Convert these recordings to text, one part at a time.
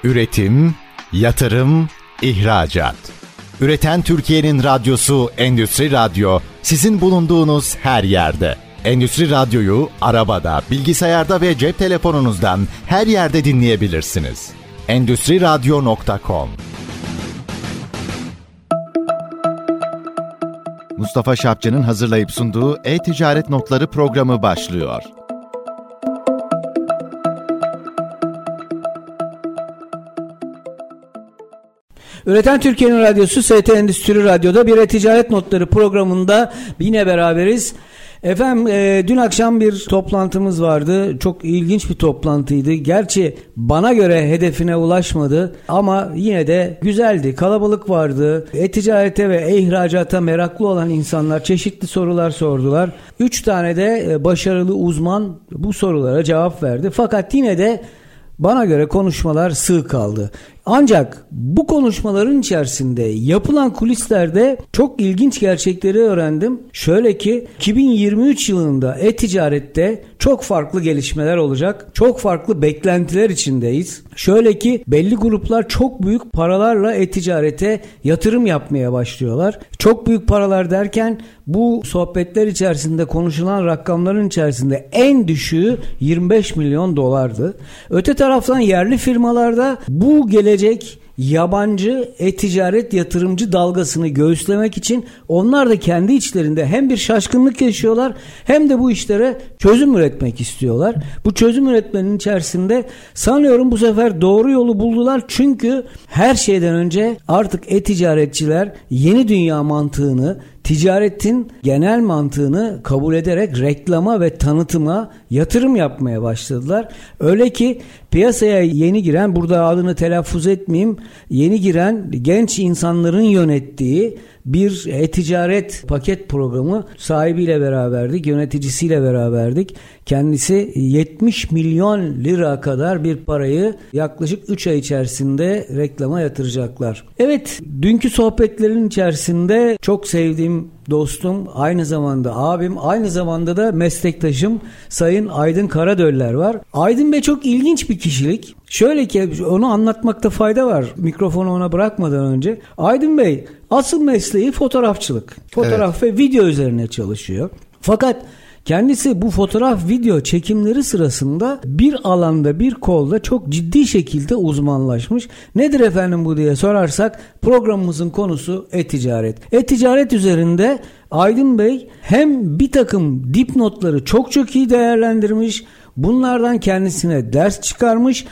Üretim, yatırım, ihracat. Üreten Türkiye'nin radyosu Endüstri Radyo, sizin bulunduğunuz her yerde. Endüstri Radyo'yu arabada, bilgisayarda ve cep telefonunuzdan her yerde dinleyebilirsiniz. Endüstriradyo.com. Mustafa Şapçı'nın hazırlayıp sunduğu E-Ticaret Notları programı başlıyor. Üreten Türkiye'nin radyosu ST Endüstri Radyo'da bir E-Ticaret Notları programında yine beraberiz. Efendim dün akşam bir toplantımız vardı. Çok ilginç bir toplantıydı. Gerçi bana göre hedefine ulaşmadı ama yine de güzeldi. Kalabalık vardı. E-ticarete ve e-ihracata meraklı olan insanlar çeşitli sorular sordular. 3 tane de başarılı uzman bu sorulara cevap verdi. Fakat yine de bana göre konuşmalar sığ kaldı. Ancak bu konuşmaların içerisinde yapılan kulislerde çok ilginç gerçekleri öğrendim. Şöyle ki 2023 yılında e-ticarette çok farklı gelişmeler olacak. Çok farklı beklentiler içindeyiz. Şöyle ki belli gruplar çok büyük paralarla e-ticarete yatırım yapmaya başlıyorlar. Çok büyük paralar derken bu sohbetler içerisinde konuşulan rakamların içerisinde en düşüğü 25 milyon dolardı. Öte taraftan yerli firmalarda bu gelecek yabancı e-ticaret yatırımcı dalgasını göğüslemek için onlar da kendi içlerinde hem bir şaşkınlık yaşıyorlar hem de bu işlere çözüm üretmek istiyorlar. Bu çözüm üretmenin içerisinde sanıyorum bu sefer doğru yolu buldular. Çünkü her şeyden önce artık e-ticaretçiler yeni dünya mantığını, ticaretin genel mantığını kabul ederek reklama ve tanıtıma yatırım yapmaya başladılar. Öyle ki piyasaya yeni giren, burada adını telaffuz etmeyeyim, yeni giren genç insanların yönettiği bir e-ticaret paket programı sahibiyle beraberdik, yöneticisiyle beraberdik. Kendisi 70 milyon lira kadar bir parayı yaklaşık 3 ay içerisinde reklama yatıracaklar. Evet, dünkü sohbetlerin içerisinde çok sevdiğim dostum, aynı zamanda abim, aynı zamanda da meslektaşım Sayın Aydın Karadöller var. Aydın Bey çok ilginç bir kişilik. Şöyle ki onu anlatmakta fayda var mikrofonu ona bırakmadan önce. Aydın Bey asıl mesleği fotoğrafçılık. Fotoğraf ve video üzerine çalışıyor. Fakat kendisi bu fotoğraf video çekimleri sırasında bir alanda, bir kolda çok ciddi şekilde uzmanlaşmış. Nedir efendim bu diye sorarsak programımızın konusu e-ticaret. E-ticaret üzerinde Aydın Bey hem bir takım dipnotları çok iyi değerlendirmiş, bunlardan kendisine ders çıkarmış,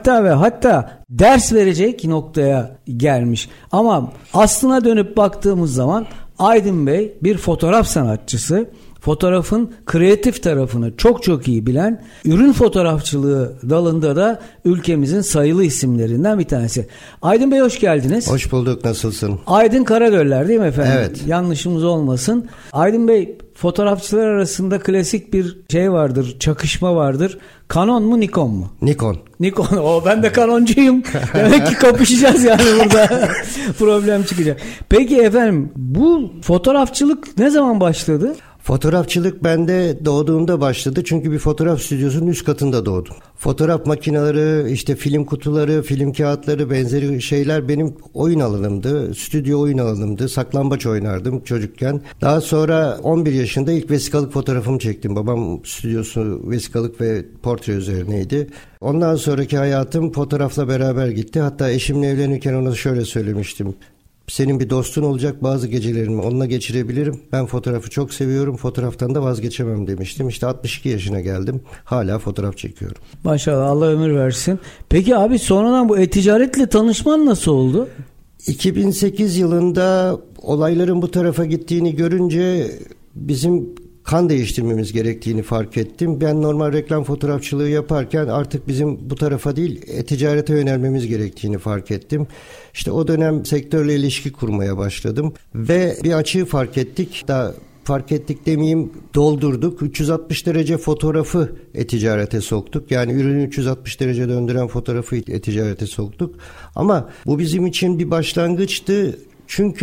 hatta ders verecek noktaya gelmiş. Ama aslına dönüp baktığımız zaman Aydın Bey bir fotoğraf sanatçısı. Fotoğrafın kreatif tarafını çok iyi bilen, ürün fotoğrafçılığı dalında da ülkemizin sayılı isimlerinden bir tanesi. Aydın Bey hoş geldiniz. Hoş bulduk, nasılsın? Aydın Karadöller değil mi efendim? Evet. Yanlışımız olmasın. Aydın Bey, fotoğrafçılar arasında klasik bir şey vardır, çakışma vardır. Canon mu Nikon mu? Nikon. Ben de Canoncuyum. Demek ki kapışacağız yani burada. Problem çıkacak. Peki efendim, bu fotoğrafçılık ne zaman başladı? Fotoğrafçılık bende doğduğumda başladı. Çünkü bir fotoğraf stüdyosunun üst katında doğdum. Fotoğraf makineleri, işte film kutuları, film kağıtları, benzeri şeyler benim oyun alanımdı. Stüdyo oyun alanımdı. Saklambaç oynardım çocukken. Daha sonra 11 yaşında ilk vesikalık fotoğrafımı çektim. Babam stüdyosu vesikalık ve portre üzerineydi. Ondan sonraki hayatım fotoğrafla beraber gitti. Hatta eşimle evlenirken ona şöyle söylemiştim. Senin bir dostun olacak, bazı gecelerimi onunla geçirebilirim. Ben fotoğrafı çok seviyorum. Fotoğraftan da vazgeçemem demiştim. İşte 62 yaşına geldim. Hala fotoğraf çekiyorum. Maşallah, Allah ömür versin. Peki abi, sonradan bu e-ticaretle tanışman nasıl oldu? 2008 yılında olayların bu tarafa gittiğini görünce bizim kan değiştirmemiz gerektiğini fark ettim. Ben normal reklam fotoğrafçılığı yaparken artık bizim bu tarafa değil ticarete yönelmemiz gerektiğini fark ettim. İşte o dönem sektörle ilişki kurmaya başladım ve bir açığı fark ettik. Fark ettik demeyeyim, doldurduk. 360 derece fotoğrafı e-ticarete soktuk. Yani ürünü 360 derece döndüren fotoğrafı e-ticarete soktuk. Ama bu bizim için bir başlangıçtı. Çünkü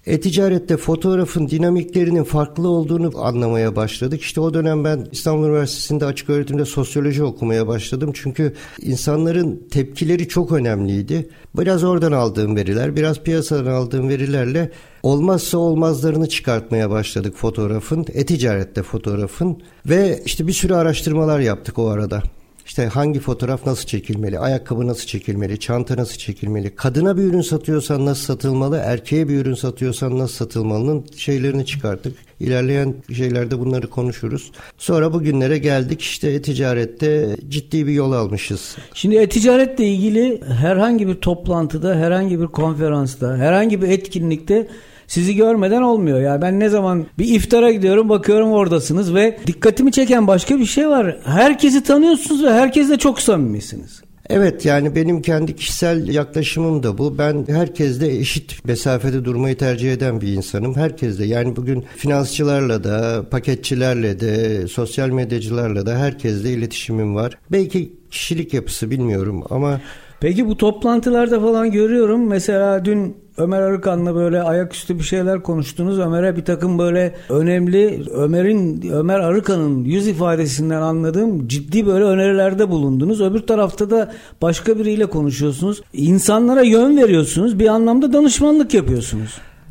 E-ticarette fotoğrafın dinamiklerinin farklı olduğunu anlamaya başladık. İşte o dönem ben İstanbul Üniversitesi'nde açık öğretimde sosyoloji okumaya başladım. Çünkü insanların tepkileri çok önemliydi. Biraz oradan aldığım veriler, biraz piyasadan aldığım verilerle olmazsa olmazlarını çıkartmaya başladık fotoğrafın, e-ticarette fotoğrafın ve işte bir sürü araştırmalar yaptık o arada. İşte hangi fotoğraf nasıl çekilmeli, ayakkabı nasıl çekilmeli, çanta nasıl çekilmeli, kadına bir ürün satıyorsan nasıl satılmalı, erkeğe bir ürün satıyorsan nasıl satılmalının şeylerini çıkarttık. İlerleyen şeylerde bunları konuşuruz. Sonra bugünlere geldik, işte e-ticarette ciddi bir yol almışız. Şimdi e-ticaretle ilgili herhangi bir toplantıda, herhangi bir konferansta, herhangi bir etkinlikte sizi görmeden olmuyor. Yani ben ne zaman bir iftara gidiyorum, bakıyorum oradasınız ve dikkatimi çeken başka bir şey var. Herkesi tanıyorsunuz ve herkesle çok samimisiniz. Evet, yani benim kendi kişisel yaklaşımım da bu. Ben herkesle eşit mesafede durmayı tercih eden bir insanım. Herkesle, yani bugün finansçılarla da, paketçilerle de, sosyal medyacılarla da herkesle iletişimim var. Belki kişilik yapısı, bilmiyorum ama... Peki bu toplantılarda falan görüyorum. Mesela dün Ömer Arıkan'la böyle ayaküstü bir şeyler konuştunuz. Ömer'e bir takım böyle önemli, Ömer Arıkan'ın yüz ifadesinden anladığım ciddi böyle önerilerde bulundunuz. Öbür tarafta da başka biriyle konuşuyorsunuz. İnsanlara yön veriyorsunuz. Bir anlamda danışmanlık yapıyorsunuz.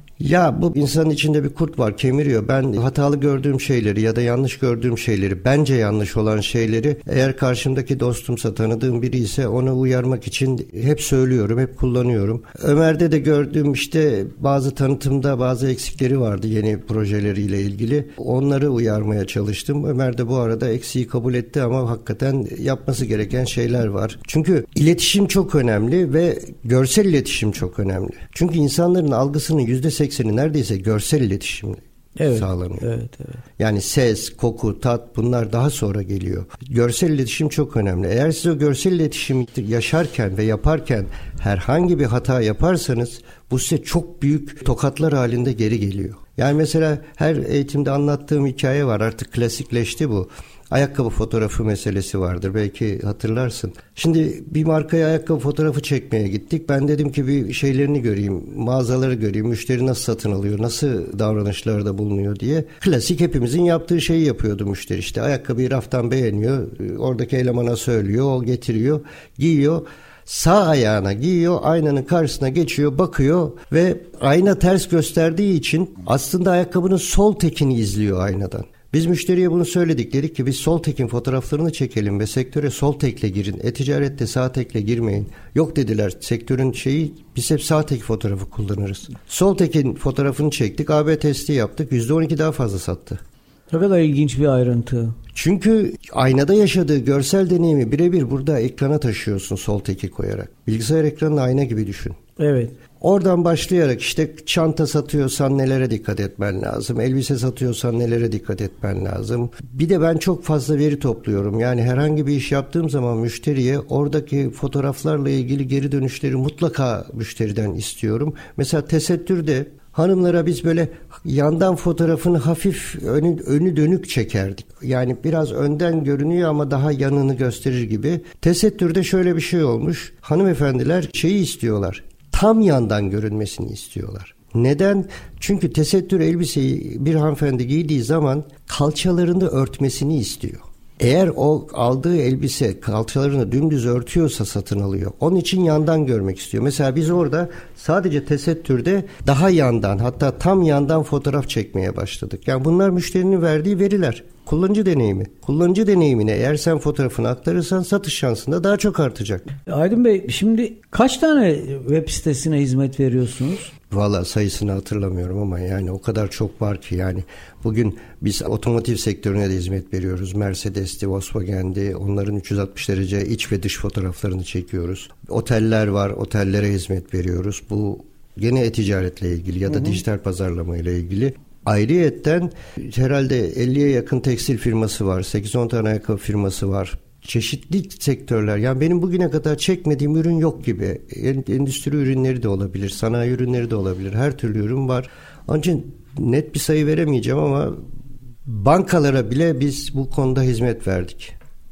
Ya bu insanın içinde bir kurt var, kemiriyor. Ben hatalı gördüğüm şeyleri ya da yanlış gördüğüm şeyleri, bence yanlış olan şeyleri, eğer karşımdaki dostumsa, tanıdığım biri ise onu uyarmak için hep söylüyorum, hep kullanıyorum. Ömer'de de gördüğüm işte bazı tanıtımda bazı eksikleri vardı yeni projeleriyle ilgili. Onları uyarmaya çalıştım. Ömer de bu arada eksiği kabul etti ama hakikaten yapması gereken şeyler var. Çünkü iletişim çok önemli ve görsel iletişim çok önemli. Çünkü insanların algısının %80'i neredeyse görsel iletişimle sağlanıyor. Evet. Yani ses, koku, tat, bunlar daha sonra geliyor. Görsel iletişim çok önemli. Eğer siz o görsel iletişimi yaşarken ve yaparken herhangi bir hata yaparsanız bu size çok büyük tokatlar halinde geri geliyor. Yani mesela her eğitimde anlattığım hikaye var, artık klasikleşti bu. Ayakkabı fotoğrafı meselesi vardır, belki hatırlarsın. Şimdi bir markaya ayakkabı fotoğrafı çekmeye gittik. Ben dedim ki bir şeylerini göreyim, mağazaları göreyim, müşteri nasıl satın alıyor, nasıl davranışlarda bulunuyor diye. Klasik hepimizin yaptığı şeyi yapıyordu müşteri. İşte ayakkabıyı raftan beğeniyor, oradaki elemana söylüyor, o getiriyor, giyiyor. Sağ ayağına giyiyor, aynanın karşısına geçiyor, bakıyor ve ayna ters gösterdiği için aslında ayakkabının sol tekini izliyor aynadan. Biz müşteriye bunu söyledik. Dedik ki biz sol tekin fotoğraflarını çekelim ve sektöre sol tekle girin. E-ticarette sağ tekle girmeyin. Yok dediler, sektörün şeyi, biz hep sağ tek fotoğrafı kullanırız. Sol tekin fotoğrafını çektik, AB testi yaptık. %12 daha fazla sattı. Ne kadar ilginç bir ayrıntı. Çünkü aynada yaşadığı görsel deneyimi birebir burada ekrana taşıyorsun sol teki koyarak. Bilgisayar ekranını ayna gibi düşün. Evet. Oradan başlayarak işte çanta satıyorsan nelere dikkat etmen lazım, elbise satıyorsan nelere dikkat etmen lazım. Bir de ben çok fazla veri topluyorum. Yani herhangi bir iş yaptığım zaman müşteriye oradaki fotoğraflarla ilgili geri dönüşleri mutlaka müşteriden istiyorum. Mesela tesettürde hanımlara biz böyle yandan fotoğrafını hafif önü dönük çekerdik. Yani biraz önden görünüyor ama daha yanını gösterir gibi. Tesettürde şöyle bir şey olmuş. Hanımefendiler şeyi istiyorlar. Tam yandan görünmesini istiyorlar. Neden? Çünkü tesettür elbiseyi bir hanımefendi giydiği zaman kalçalarını örtmesini istiyor. Eğer o aldığı elbise kalçalarını dümdüz örtüyorsa satın alıyor. Onun için yandan görmek istiyor. Mesela biz orada sadece tesettürde daha yandan, hatta tam yandan fotoğraf çekmeye başladık. Yani bunlar müşterinin verdiği veriler. Kullanıcı deneyimi. Kullanıcı deneyimine eğer sen fotoğrafını aktarırsan satış şansın da daha çok artacak. Aydın Bey, şimdi kaç tane web sitesine hizmet veriyorsunuz? Valla sayısını hatırlamıyorum ama yani o kadar çok var ki, yani bugün biz otomotiv sektörüne de hizmet veriyoruz. Mercedes'ti, Volkswagen'di, onların 360 derece iç ve dış fotoğraflarını çekiyoruz. Oteller var, otellere hizmet veriyoruz. Bu gene e-ticaretle ilgili ya da dijital pazarlama ile ilgili. Ayrıyetten herhalde 50'ye yakın tekstil firması var, 8-10 tane ayakkabı firması var. Çeşitli sektörler. Yani benim bugüne kadar çekmediğim ürün yok gibi. Endüstri ürünleri de olabilir, sanayi ürünleri de olabilir. Her türlü ürün var. Onun için net bir sayı veremeyeceğim ama bankalara bile biz bu konuda hizmet verdik.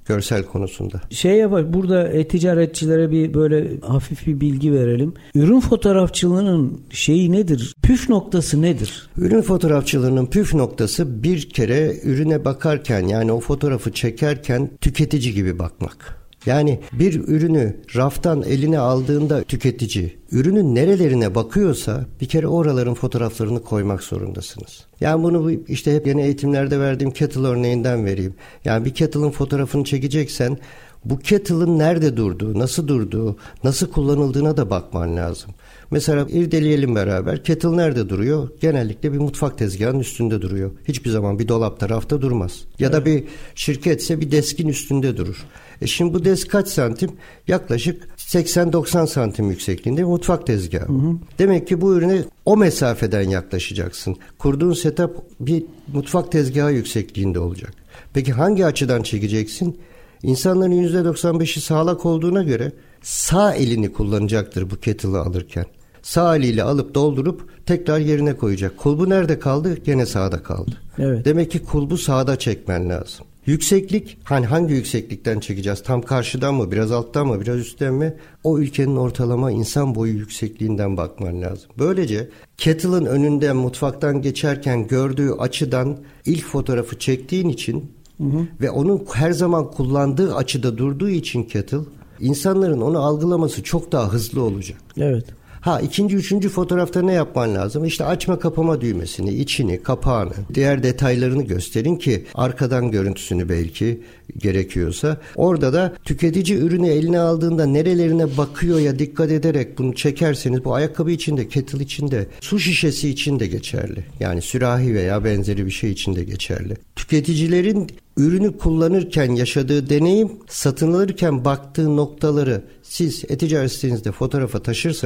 görsel konusunda. Burada e-ticaretçilere bir böyle hafif bir bilgi verelim. Ürün fotoğrafçılığının şeyi nedir? Püf noktası nedir? Ürün fotoğrafçılığının püf noktası bir kere ürüne bakarken, yani o fotoğrafı çekerken tüketici gibi bakmak. Yani bir ürünü raftan eline aldığında tüketici ürünün nerelerine bakıyorsa bir kere oraların fotoğraflarını koymak zorundasınız. Yani bunu işte hep yeni eğitimlerde verdiğim kettle örneğinden vereyim. Yani bir kettle'ın fotoğrafını çekeceksen bu kettle'ın nerede durduğu, nasıl kullanıldığına da bakman lazım. Mesela irdeleyelim beraber. Kettle nerede duruyor? Genellikle bir mutfak tezgahının üstünde duruyor. Hiçbir zaman bir dolapta, rafta durmaz. Ya da bir şirketse bir deskin üstünde durur. Şimdi bu desk kaç santim? Yaklaşık 80-90 santim yüksekliğinde bir mutfak tezgahı. Demek ki bu ürüne o mesafeden yaklaşacaksın. Kurduğun setup bir mutfak tezgahı yüksekliğinde olacak. Peki hangi açıdan çekeceksin? İnsanların %95'i sağlak olduğuna göre sağ elini kullanacaktır bu kettle'ı alırken. Sağ eliyle alıp doldurup tekrar yerine koyacak. Kulbu nerede kaldı? Gene sağda kaldı. Evet. Demek ki kulbu sağda çekmen lazım. Yükseklik, hangi yükseklikten çekeceğiz? Tam karşıdan mı, biraz alttan mı, biraz üstten mi? O ülkenin ortalama insan boyu yüksekliğinden bakman lazım. Böylece kettle'ın önünden mutfaktan geçerken gördüğü açıdan ilk fotoğrafı çektiğin için ve onun her zaman kullandığı açıda durduğu için kettle, insanların onu algılaması çok daha hızlı olacak. Evet. İkinci, üçüncü fotoğrafta ne yapman lazım? İşte açma kapama düğmesini, içini, kapağını, diğer detaylarını gösterin ki arkadan görüntüsünü belki gerekiyorsa. Orada da tüketici ürünü eline aldığında nerelerine bakıyor ya dikkat ederek bunu çekerseniz bu ayakkabı içinde, kettle içinde, su şişesi için de geçerli. Yani sürahi veya benzeri bir şey için de geçerli. Tüketicilerin ürünü kullanırken yaşadığı deneyim, satın alırken baktığı noktaları siz e-ticaret sitenizde fotoğrafla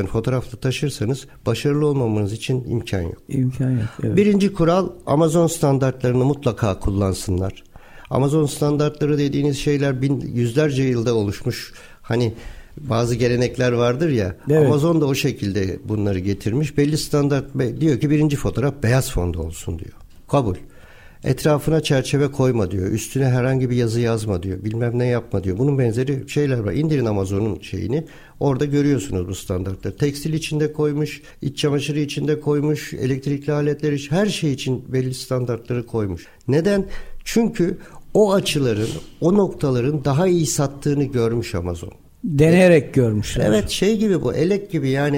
taşırsanız başarılı olmamanız için imkan yok. İmkan yok. Evet. Birinci kural, Amazon standartlarını mutlaka kullansınlar. Amazon standartları dediğiniz şeyler yüzlerce yılda oluşmuş. Bazı gelenekler vardır ya. Evet. Amazon da o şekilde bunları getirmiş. Belli standart diyor ki birinci fotoğraf beyaz fonda olsun diyor. Kabul. Etrafına çerçeve koyma diyor. Üstüne herhangi bir yazı yazma diyor. Bilmem ne yapma diyor. Bunun benzeri şeyler var. İndirin Amazon'un şeyini. Orada görüyorsunuz bu standartları. Tekstil içinde koymuş, iç çamaşırı içinde koymuş, elektrikli aletler için, her şey için belli standartları koymuş. Neden? Çünkü o açıların, o noktaların daha iyi sattığını görmüş Amazon. Deneyerek görmüşler. Evet, gibi bu, elek gibi, yani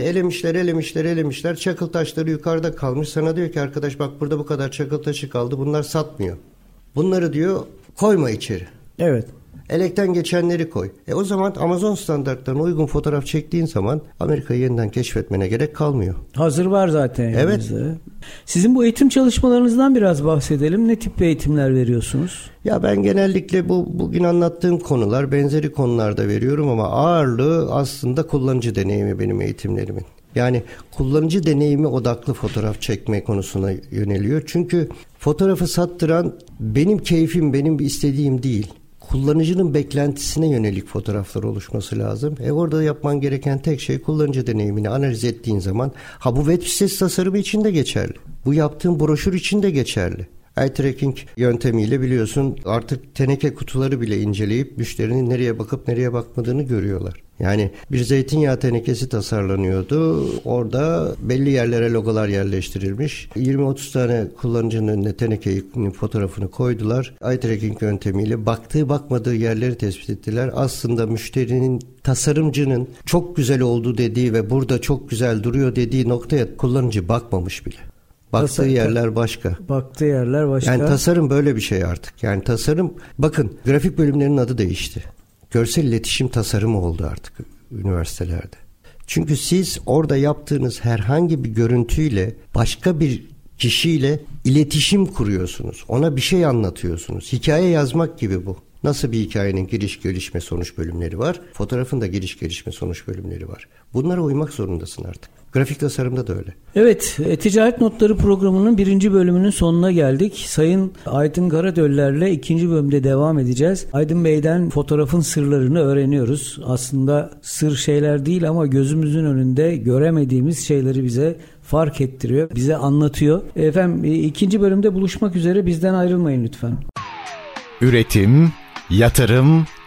elemişler, çakıl taşları yukarıda kalmış. Sana diyor ki arkadaş bak burada bu kadar çakıl taşı kaldı, bunlar satmıyor. Bunları diyor koyma içeri. Evet. Elekten geçenleri koy. O zaman Amazon standartlarına uygun fotoğraf çektiğin zaman Amerika'yı yeniden keşfetmene gerek kalmıyor. Hazır var zaten. Evet. Sizin bu eğitim çalışmalarınızdan biraz bahsedelim. Ne tip eğitimler veriyorsunuz? Ya ben genellikle bugün anlattığım konular, benzeri konularda veriyorum ama ağırlığı aslında kullanıcı deneyimi benim eğitimlerimin. Yani kullanıcı deneyimi odaklı fotoğraf çekme konusuna yöneliyor. Çünkü fotoğrafı sattıran benim keyfim, benim istediğim değil. Kullanıcının beklentisine yönelik fotoğraflar oluşması lazım. Orada yapman gereken tek şey kullanıcı deneyimini analiz ettiğin zaman, bu web sitesi tasarımı için de geçerli. Bu yaptığın broşür için de geçerli. Eye tracking yöntemiyle biliyorsun artık teneke kutuları bile inceleyip müşterinin nereye bakıp nereye bakmadığını görüyorlar. Yani bir zeytinyağı tenekesi tasarlanıyordu. Orada belli yerlere logolar yerleştirilmiş. 20-30 tane kullanıcının önüne tenekenin fotoğrafını koydular. Eye tracking yöntemiyle baktığı bakmadığı yerleri tespit ettiler. Aslında müşterinin, tasarımcının çok güzel olduğu dediği ve burada çok güzel duruyor dediği noktaya kullanıcı bakmamış bile. Baktığı yerler başka. Baktığı yerler başka. Yani tasarım böyle bir şey artık. Yani tasarım, bakın grafik bölümlerinin adı değişti. Görsel iletişim tasarımı oldu artık üniversitelerde. Çünkü siz orada yaptığınız herhangi bir görüntüyle başka bir kişiyle iletişim kuruyorsunuz. Ona bir şey anlatıyorsunuz. Hikaye yazmak gibi bu. Nasıl bir hikayenin giriş, gelişme, sonuç bölümleri var? Fotoğrafın da giriş, gelişme, sonuç bölümleri var. Bunlara uymak zorundasın artık. Grafik tasarımda da öyle. Evet, Ticaret Notları programının 1. bölümünün sonuna geldik. Sayın Aydın Karadöller'le 2. bölümde devam edeceğiz. Aydın Bey'den fotoğrafın sırlarını öğreniyoruz. Aslında sır şeyler değil ama gözümüzün önünde göremediğimiz şeyleri bize fark ettiriyor, bize anlatıyor. Efendim 2. bölümde buluşmak üzere, bizden ayrılmayın lütfen. Üretim, yatırım,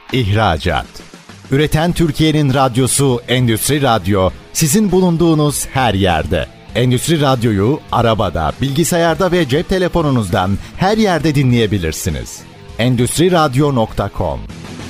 ihracat. Üreten Türkiye'nin radyosu Endüstri Radyo, sizin bulunduğunuz her yerde. Endüstri Radyo'yu arabada, bilgisayarda ve cep telefonunuzdan her yerde dinleyebilirsiniz. Endüstriradyo.com.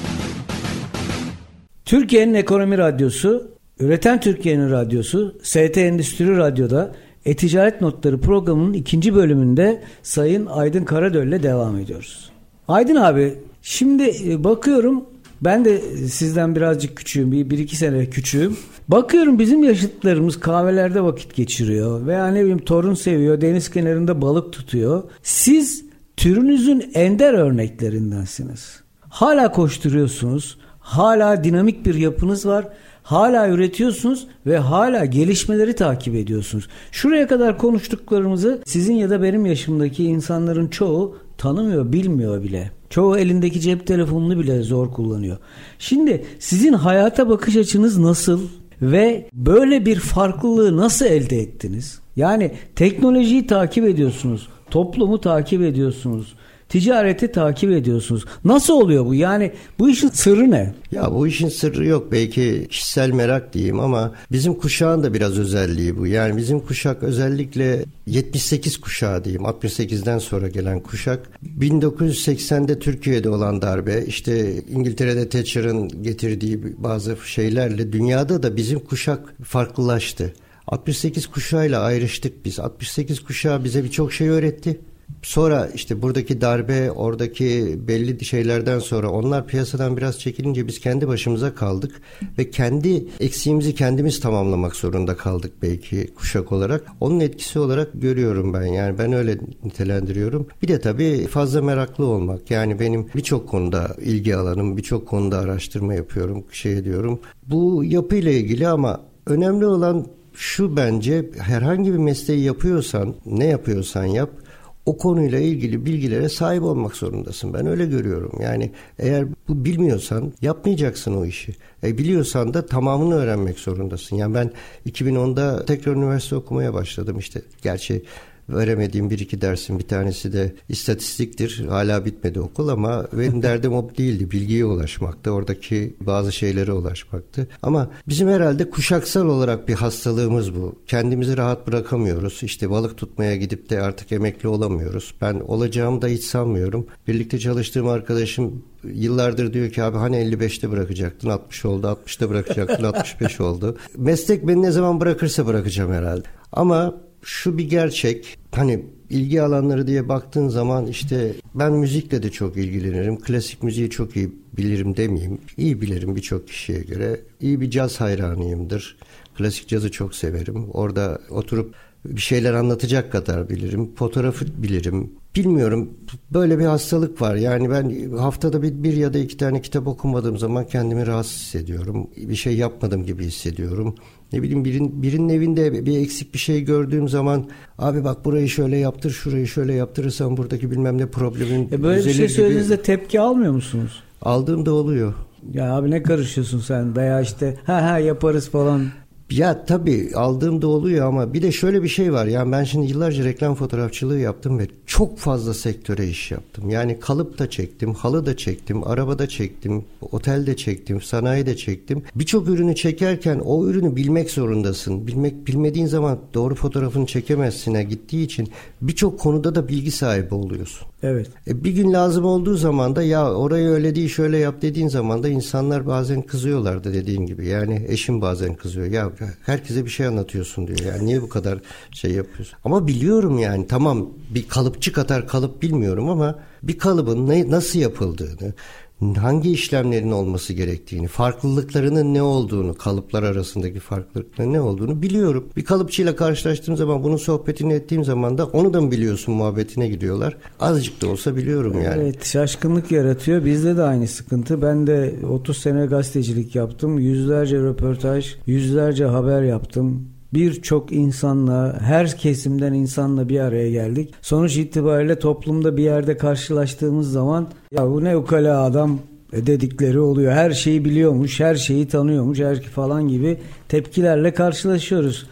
Türkiye'nin ekonomi radyosu, Üreten Türkiye'nin radyosu, ST Endüstri Radyo'da E-Ticaret Notları programının 2. bölümünde Sayın Aydın Karadöl'le devam ediyoruz. Aydın abi, şimdi bakıyorum, ben de sizden birazcık küçüğüm, bir iki sene küçüğüm. Bakıyorum bizim yaşıtlarımız kahvelerde vakit geçiriyor veya ne bileyim torun seviyor, deniz kenarında balık tutuyor. Siz türünüzün ender örneklerindensiniz. Hala koşturuyorsunuz, hala dinamik bir yapınız var. Hala üretiyorsunuz ve hala gelişmeleri takip ediyorsunuz. Şuraya kadar konuştuklarımızı sizin ya da benim yaşımdaki insanların çoğu tanımıyor, bilmiyor bile. Çoğu elindeki cep telefonunu bile zor kullanıyor. Şimdi sizin hayata bakış açınız nasıl ve böyle bir farklılığı nasıl elde ettiniz? Yani teknolojiyi takip ediyorsunuz, toplumu takip ediyorsunuz, ticareti takip ediyorsunuz. Nasıl oluyor bu? Yani bu işin sırrı ne? Ya bu işin sırrı yok. Belki kişisel merak diyeyim ama bizim kuşağın da biraz özelliği bu. Yani bizim kuşak özellikle 78 kuşağı diyeyim. 68'den sonra gelen kuşak. 1980'de Türkiye'de olan darbe, işte İngiltere'de Thatcher'ın getirdiği bazı şeylerle dünyada da bizim kuşak farklılaştı. 68 kuşağıyla ayrıştık biz. 68 kuşağı bize birçok şey öğretti. Sonra işte buradaki darbe, oradaki belli şeylerden sonra onlar piyasadan biraz çekilince biz kendi başımıza kaldık ve kendi eksiğimizi kendimiz tamamlamak zorunda kaldık belki kuşak olarak. Onun etkisi olarak görüyorum ben, yani ben öyle nitelendiriyorum. Bir de tabii fazla meraklı olmak, yani benim birçok konuda ilgi alanım, birçok konuda araştırma yapıyorum, diyorum. Bu yapıyla ilgili ama önemli olan şu bence, herhangi bir mesleği yapıyorsan, ne yapıyorsan yap, o konuyla ilgili bilgilere sahip olmak zorundasın. Ben öyle görüyorum. Yani eğer bu bilmiyorsan yapmayacaksın o işi. Biliyorsan da tamamını öğrenmek zorundasın. Yani ben 2010'da tekrar üniversite okumaya başladım işte. Gerçi veremediğim bir iki dersin bir tanesi de istatistiktir. Hala bitmedi okul ama benim derdim o değildi. Bilgiye ulaşmaktı. Oradaki bazı şeylere ulaşmaktı. Ama bizim herhalde kuşaksal olarak bir hastalığımız bu. Kendimizi rahat bırakamıyoruz. İşte balık tutmaya gidip de artık emekli olamıyoruz. Ben olacağımı da hiç sanmıyorum. Birlikte çalıştığım arkadaşım yıllardır diyor ki abi hani 55'te bırakacaktın, 60 oldu, 60'ta bırakacaktın, 65 oldu. Meslek beni ne zaman bırakırsa bırakacağım herhalde. Ama şu bir gerçek, hani ilgi alanları diye baktığın zaman işte ben müzikle de çok ilgilenirim. Klasik müziği çok iyi bilirim demeyeyim. İyi bilirim birçok kişiye göre. İyi bir caz hayranıyımdır. Klasik cazı çok severim. Orada oturup bir şeyler anlatacak kadar bilirim. Fotoğrafı bilirim. Bilmiyorum, böyle bir hastalık var. Yani ben haftada bir ya da iki tane kitap okumadığım zaman kendimi rahatsız hissediyorum. Bir şey yapmadım gibi hissediyorum. Ne bileyim, birinin evinde bir eksik bir şey gördüğüm zaman abi bak burayı şöyle yaptır, şurayı şöyle yaptırırsan buradaki bilmem ne problemin böyle bir şey söylediğinizde tepki almıyor musunuz? Aldığım da oluyor. Ya abi ne karışıyorsun sen veya işte ha yaparız falan. Ya tabii aldığım da oluyor ama bir de şöyle bir şey var. Yani ben şimdi yıllarca reklam fotoğrafçılığı yaptım ve çok fazla sektöre iş yaptım. Yani kalıp da çektim, halı da çektim, araba da çektim, otel de çektim, sanayi de çektim. Birçok ürünü çekerken o ürünü bilmek zorundasın. Bilmediğin zaman doğru fotoğrafını çekemezsine gittiği için birçok konuda da bilgi sahibi oluyorsun. Evet. Bir gün lazım olduğu zaman da ya orayı öyle değil şöyle yap dediğin zaman da insanlar bazen kızıyorlar da dediğin gibi. Yani eşim bazen kızıyor. Ya herkese bir şey anlatıyorsun diyor. Yani niye bu kadar şey yapıyorsun? Ama biliyorum yani, tamam bir kalıpçı kadar kalıp bilmiyorum ama bir kalıbın nasıl yapıldığını, hangi işlemlerin olması gerektiğini, farklılıklarının ne olduğunu, kalıplar arasındaki farklılıkların ne olduğunu biliyorum. Bir kalıpçıyla karşılaştığım zaman, bunun sohbetini ettiğim zaman da onu da mı biliyorsun muhabbetine gidiyorlar. Azıcık da olsa biliyorum yani. Evet, şaşkınlık yaratıyor. Bizde de aynı sıkıntı. Ben de 30 sene gazetecilik yaptım. Yüzlerce röportaj, yüzlerce haber yaptım. Birçok insanla, her kesimden insanla bir araya geldik. Sonuç itibariyle toplumda bir yerde karşılaştığımız zaman ya bu ne ukala adam dedikleri oluyor. Her şeyi biliyormuş, her şeyi tanıyormuş, her falan gibi tepkilerle karşılaşıyoruz.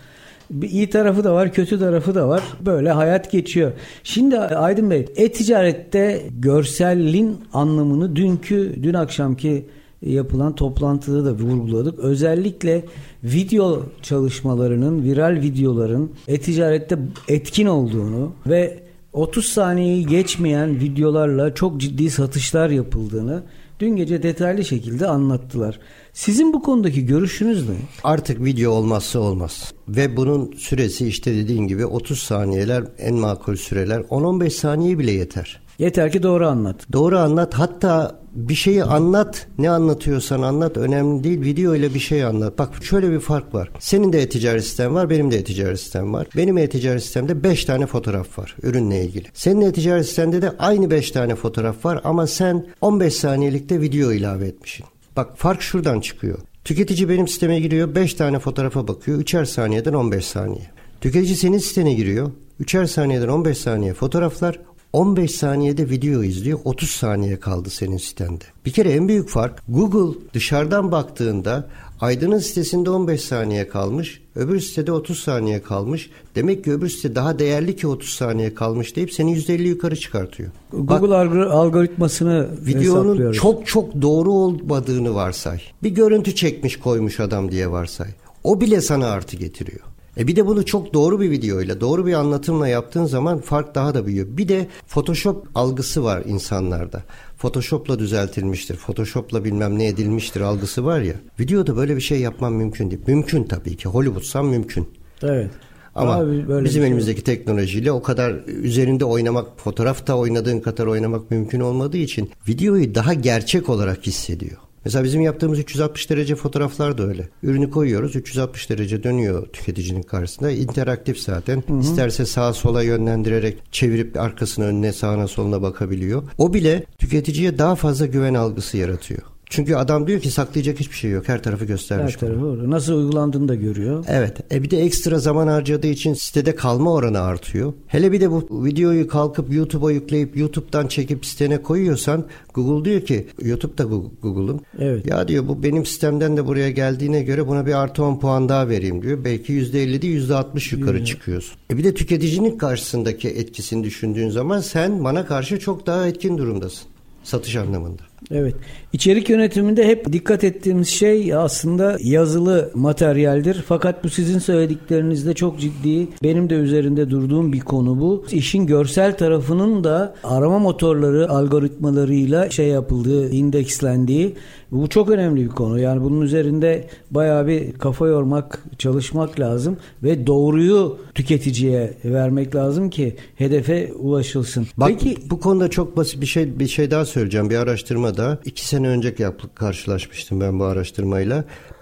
Bir iyi tarafı da var, kötü tarafı da var. Böyle hayat geçiyor. Şimdi Aydın Bey, e-ticarette görselin anlamını dün akşamki yapılan toplantıda da vurguladık. Özellikle video çalışmalarının, viral videoların e-ticarette etkin olduğunu ve 30 saniyeyi geçmeyen videolarla çok ciddi satışlar yapıldığını dün gece detaylı şekilde anlattılar. Sizin bu konudaki görüşünüz ne? Artık video olmazsa olmaz. Ve bunun süresi işte dediğin gibi 30 saniyeler en makul süreler. 10-15 saniye bile yeter. Yeter ki doğru anlat. Doğru anlat. Hatta bir şeyi anlat. Ne anlatıyorsan anlat. Önemli değil. Video ile bir şey anlat. Bak şöyle bir fark var. Senin de e-ticaret sistem var. Benim de e-ticaret sistem var. Benim e-ticaret sistemde 5 tane fotoğraf var. Ürünle ilgili. Senin e-ticaret sistemde de aynı 5 tane fotoğraf var. Ama sen 15 saniyelikte video ilave etmişsin. Bak fark şuradan çıkıyor. Tüketici benim sisteme giriyor. 5 tane fotoğrafa bakıyor. 3'er saniyeden 15 saniye. Tüketici senin sitene giriyor. 3'er saniyeden 15 saniye fotoğraflar. 15 saniyede video izliyor. 30 saniye kaldı senin sitende. Bir kere en büyük fark Google dışarıdan baktığında Aydın'ın sitesinde 15 saniye kalmış. Öbür sitede 30 saniye kalmış. Demek ki öbür site daha değerli ki 30 saniye kalmış deyip seni %50 yukarı çıkartıyor. Google algoritmasını videonun çok doğru olmadığını varsay. Bir görüntü çekmiş koymuş adam diye varsay. O bile sana artı getiriyor. Bir de bunu çok doğru bir videoyla, doğru bir anlatımla yaptığın zaman fark daha da büyüyor. Bir de Photoshop algısı var insanlarda. Photoshop'la düzeltilmiştir, Photoshop'la bilmem ne edilmiştir algısı var ya. Videoda böyle bir şey yapman mümkün değil. Mümkün tabii ki. Hollywood'san mümkün. Evet. Ama bizim elimizdeki teknolojiyle o kadar üzerinde oynamak, fotoğrafta oynadığın kadar oynamak mümkün olmadığı için videoyu daha gerçek olarak hissediyor. Mesela bizim yaptığımız 360 derece fotoğraflar da öyle. Ürünü koyuyoruz, 360 derece dönüyor tüketicinin karşısında. İnteraktif zaten. Hı hı. İsterse sağa sola yönlendirerek çevirip arkasına önüne sağına soluna bakabiliyor. O bile tüketiciye daha fazla güven algısı yaratıyor. Çünkü adam diyor ki saklayacak hiçbir şey yok. Her tarafı göstermiş. Her tarafı orada. Nasıl uygulandığını da görüyor. Evet. Bir de ekstra zaman harcadığı için sitede kalma oranı artıyor. Hele bir de bu videoyu kalkıp YouTube'a yükleyip YouTube'dan çekip sitene koyuyorsan Google diyor ki, YouTube da Google'un. Evet. Ya diyor bu benim sistemden de buraya geldiğine göre buna bir artı 10 puan daha vereyim diyor. Belki %50 değil %60 yukarı çıkıyorsun. Bir de tüketicinin karşısındaki etkisini düşündüğün zaman sen bana karşı çok daha etkin durumdasın. Satış anlamında. Evet. İçerik yönetiminde hep dikkat ettiğimiz şey aslında yazılı materyaldir. Fakat bu sizin söylediklerinizde çok ciddi, benim de üzerinde durduğum bir konu bu. İşin görsel tarafının da arama motorları algoritmalarıyla yapıldığı, indekslendiği. Bu çok önemli bir konu. Yani bunun üzerinde bayağı bir kafa yormak, çalışmak lazım ve doğruyu tüketiciye vermek lazım ki hedefe ulaşılsın. Bak, peki bu konuda çok basit bir şey daha söyleyeceğim. Bir araştırmada 2 sene önce karşılaşmıştım ben bu araştırmayla.